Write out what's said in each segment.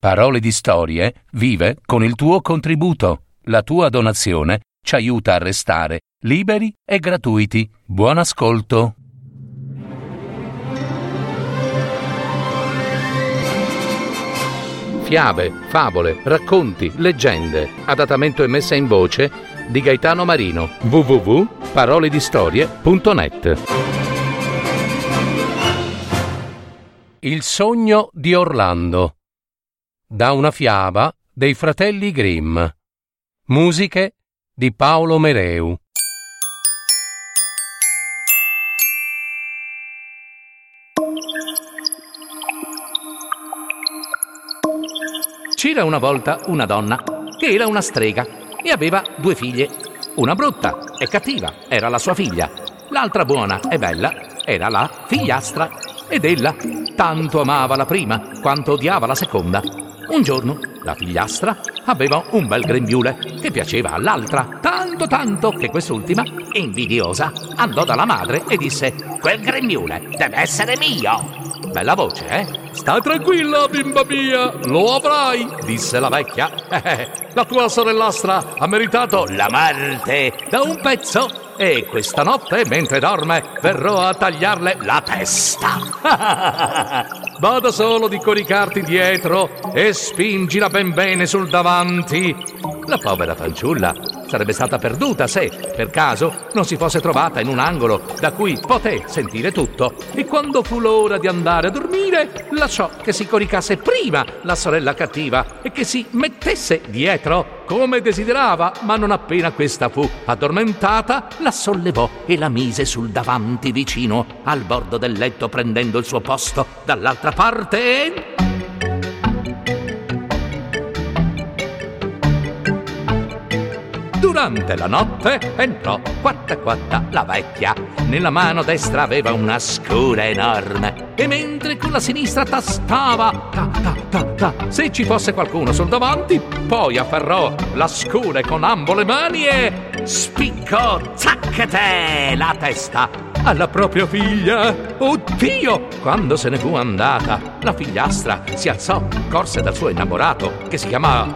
Parole di Storie vive con il tuo contributo. La tua donazione ci aiuta a restare liberi e gratuiti. Buon ascolto. Fiabe, favole, racconti, leggende. Adattamento e messa in voce di Gaetano Marino. www.paroledistorie.net. Il sogno di Orlando. Da una fiaba dei fratelli Grimm. Musiche di Paolo Mereu. C'era una volta una donna che era una strega e aveva 2 figlie. Una brutta e cattiva era la sua figlia, l'altra buona e bella era la figliastra, ed ella tanto amava la prima quanto odiava la seconda. Un giorno la figliastra aveva un bel grembiule che piaceva all'altra, tanto che quest'ultima, invidiosa, andò dalla madre e disse: «Quel grembiule deve essere mio!» Bella voce, eh? «Sta tranquilla, bimba mia, lo avrai», disse la vecchia. «La tua sorellastra ha meritato la morte da un pezzo e questa notte, mentre dorme, verrò a tagliarle la testa». «Bada solo di coricarti dietro e spingila ben bene sul davanti». La povera fanciulla sarebbe stata perduta se, per caso, non si fosse trovata in un angolo da cui poté sentire tutto, e quando fu l'ora di andare a dormire lasciò che si coricasse prima la sorella cattiva e che si mettesse dietro come desiderava, ma non appena questa fu addormentata la sollevò e la mise sul davanti vicino al bordo del letto, prendendo il suo posto dall'altra parte. Durante la notte entrò quatta la vecchia. Nella mano destra aveva una scura enorme e mentre con la sinistra tastava se ci fosse qualcuno sul davanti, poi afferrò la scura con ambo le mani e spiccò zacchete la testa alla propria figlia. Oddio! Quando se ne fu andata, la figliastra si alzò, corse dal suo innamorato che si chiamava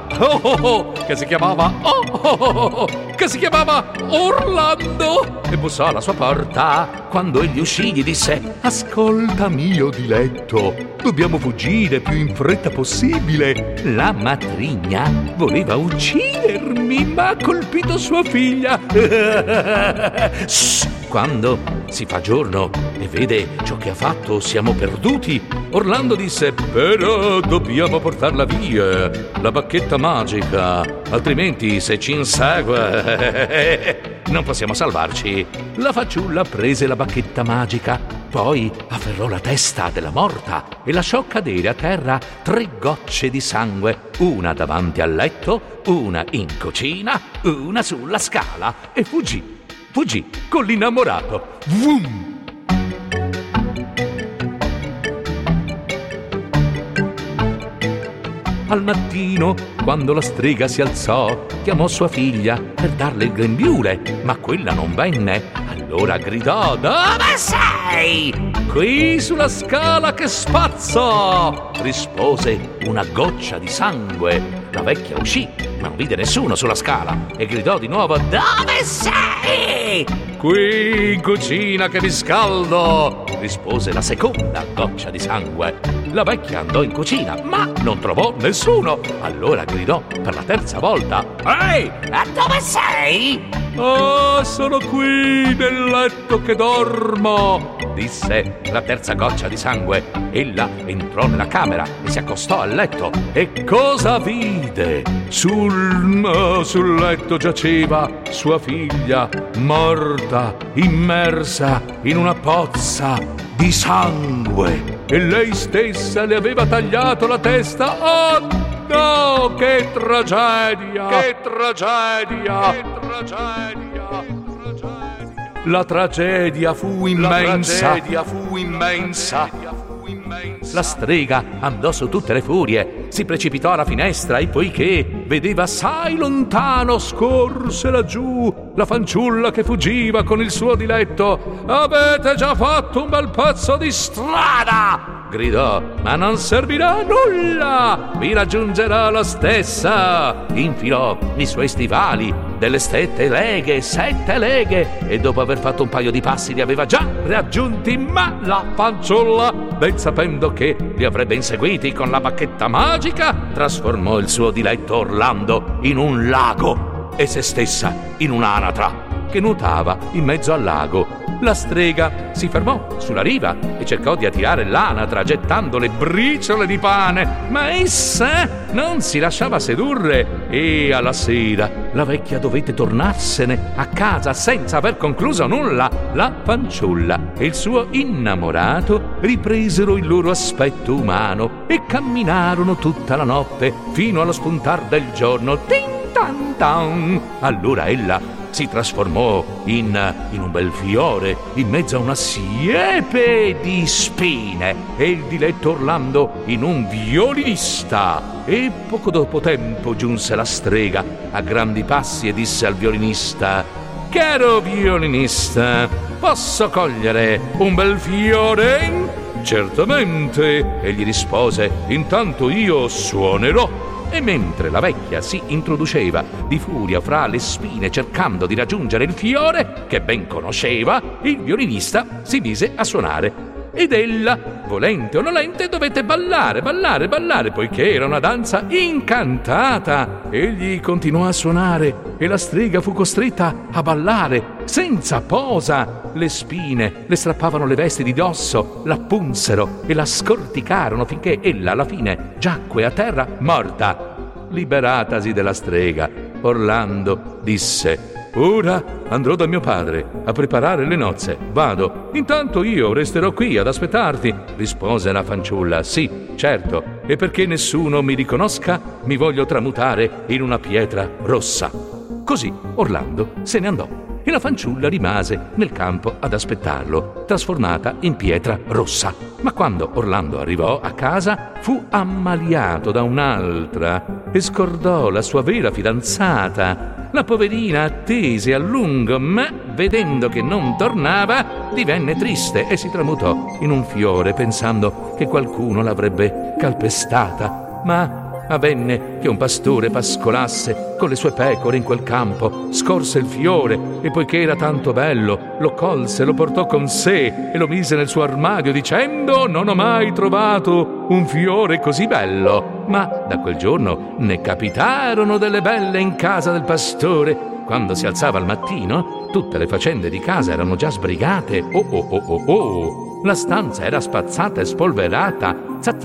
Orlando, e bussò alla sua porta. Quando egli uscì gli disse: «Ascolta, mio diletto, dobbiamo fuggire più in fretta possibile. La matrigna voleva uccidermi, ma ha colpito sua figlia». Quando si fa giorno e vede ciò che ha fatto, siamo perduti. Orlando disse: «Però dobbiamo portarla via, la bacchetta magica, altrimenti se ci insegue non possiamo salvarci». La fanciulla prese la bacchetta magica, poi afferrò la testa della morta e lasciò cadere a terra 3 gocce di sangue, una davanti al letto, una in cucina, una sulla scala, e fuggì con l'innamorato. Vum! Al mattino, quando la strega si alzò, chiamò sua figlia per darle il grembiule, ma quella non venne. Allora gridò: «Dove sei?» «Qui sulla scala che spazzo!» rispose una goccia di sangue. La vecchia uscì, ma non vide nessuno sulla scala, e gridò di nuovo: «Dove sei?» «Qui in cucina che mi scaldo!» rispose la seconda goccia di sangue. La vecchia andò in cucina, ma non trovò nessuno. Allora gridò per la terza volta: «Ehi, dove sei?» «Oh, sono qui nel letto che dormo», disse la terza goccia di sangue. Ella entrò nella camera e si accostò al letto. E cosa vide? Sul letto giaceva sua figlia, morta, immersa in una pozza di sangue, e lei stessa le aveva tagliato la testa. Oh no, che tragedia! Che tragedia! Che tragedia! La tragedia fu immensa. La strega andò su tutte le furie, si precipitò alla finestra e poiché vedeva assai lontano, scorse laggiù la fanciulla che fuggiva con il suo diletto. «Avete già fatto un bel pezzo di strada!» gridò, «ma non servirà a nulla, vi raggiungerò lo stessa!» Infilò i suoi stivali delle 7 leghe, e dopo aver fatto un paio di passi li aveva già raggiunti, ma la fanciulla, ben sapendo che li avrebbe inseguiti con la bacchetta magica, trasformò il suo diletto Orlando in un lago e se stessa in un'anatra che nuotava in mezzo al lago. La strega si fermò sulla riva e cercò di attirare l'anatra gettando le briciole di pane, ma essa non si lasciava sedurre e alla sera la vecchia dovette tornarsene a casa senza aver concluso nulla. La fanciulla e il suo innamorato ripresero il loro aspetto umano e camminarono tutta la notte fino allo spuntar del giorno. Tin tan tan! Allora ella si trasformò in un bel fiore in mezzo a una siepe di spine e il diletto Orlando in un violinista. E poco dopo tempo giunse la strega a grandi passi e disse al violinista: «Caro violinista, posso cogliere un bel fiore?» «Certamente», egli rispose, «intanto io suonerò». E mentre la vecchia si introduceva di furia fra le spine cercando di raggiungere il fiore che ben conosceva, il violinista si mise a suonare. Ed ella, volente o nolente, dovette ballare, poiché era una danza incantata. Egli continuò a suonare e la strega fu costretta a ballare senza posa. Le spine le strappavano le vesti di dosso, la punsero e la scorticarono finché ella alla fine giacque a terra morta. Liberatasi della strega, Orlando disse: «Ora andrò da mio padre a preparare le nozze. Vado. Intanto io resterò qui ad aspettarti», rispose la fanciulla. «Sì, certo, e perché nessuno mi riconosca, mi voglio tramutare in una pietra rossa». Così Orlando se ne andò e la fanciulla rimase nel campo ad aspettarlo, trasformata in pietra rossa. Ma quando Orlando arrivò a casa fu ammaliato da un'altra e scordò la sua vera fidanzata. La poverina attese a lungo, ma vedendo che non tornava divenne triste e si tramutò in un fiore pensando che qualcuno l'avrebbe calpestata. Ma avvenne che un pastore pascolasse con le sue pecore in quel campo, scorse il fiore e poiché era tanto bello lo colse, lo portò con sé e lo mise nel suo armadio dicendo: «Non ho mai trovato un fiore così bello». Ma da quel giorno ne capitarono delle belle in casa del pastore. Quando si alzava al mattino tutte le faccende di casa erano già sbrigate. La stanza era spazzata e spolverata.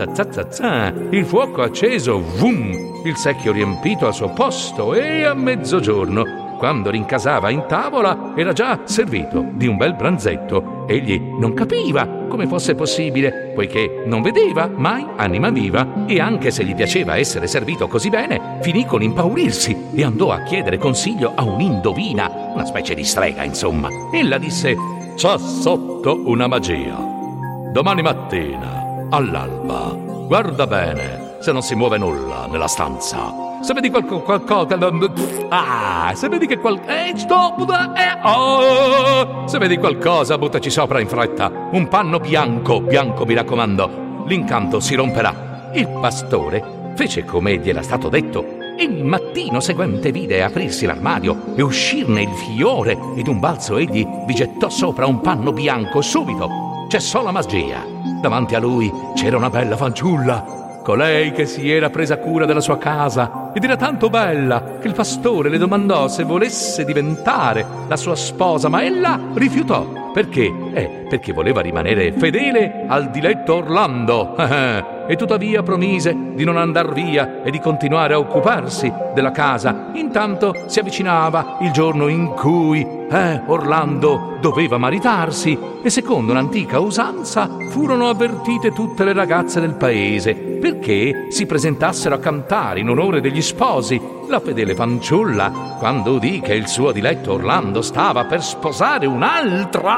Il fuoco acceso, vum! Il secchio riempito al suo posto e a mezzogiorno, quando rincasava in tavola, era già servito di un bel pranzetto. Egli non capiva come fosse possibile, poiché non vedeva mai anima viva e anche se gli piaceva essere servito così bene, finì con impaurirsi e andò a chiedere consiglio a un'indovina, una specie di strega, insomma. Ella disse: «C'è sotto una magia. Domani mattina, all'alba, guarda bene se non si muove nulla nella stanza. Se vedi qualcosa... se vedi che se vedi qualcosa, buttaci sopra in fretta un panno bianco, mi raccomando. L'incanto si romperà». Il pastore fece come gli era stato detto. Il mattino seguente vide aprirsi l'armadio e uscirne il fiore e d'un balzo egli vi gettò sopra un panno bianco. Subito cessò la magia. Davanti a lui c'era una bella fanciulla, colei che si era presa cura della sua casa ed era tanto bella che il pastore le domandò se volesse diventare la sua sposa, ma ella rifiutò. Perché? Perché voleva rimanere fedele al diletto Orlando e tuttavia promise di non andar via e di continuare a occuparsi della casa. Intanto si avvicinava il giorno in cui Orlando doveva maritarsi e secondo un'antica usanza furono avvertite tutte le ragazze del paese perché si presentassero a cantare in onore degli sposi. La fedele fanciulla, quando udì che il suo diletto Orlando stava per sposare un'altra,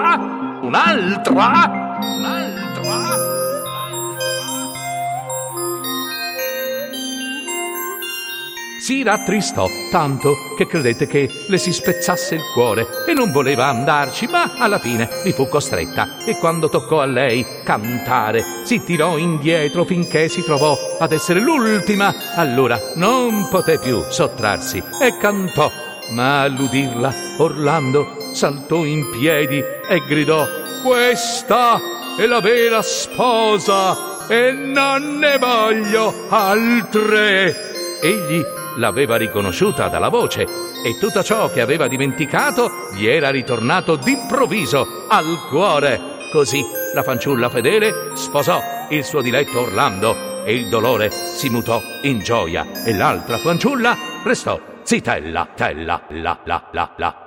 si rattristò tanto che credette che le si spezzasse il cuore e non voleva andarci, ma alla fine vi fu costretta, e quando toccò a lei cantare si tirò indietro finché si trovò ad essere l'ultima. Allora non poté più sottrarsi e cantò, ma all'udirla Orlando saltò in piedi e gridò: questa è la vera sposa e non ne voglio altre. Egli l'aveva riconosciuta dalla voce e tutto ciò che aveva dimenticato gli era ritornato d'improvviso al cuore. Così la fanciulla fedele sposò il suo diletto Orlando e il dolore si mutò in gioia e l'altra fanciulla restò zitella, tella, la.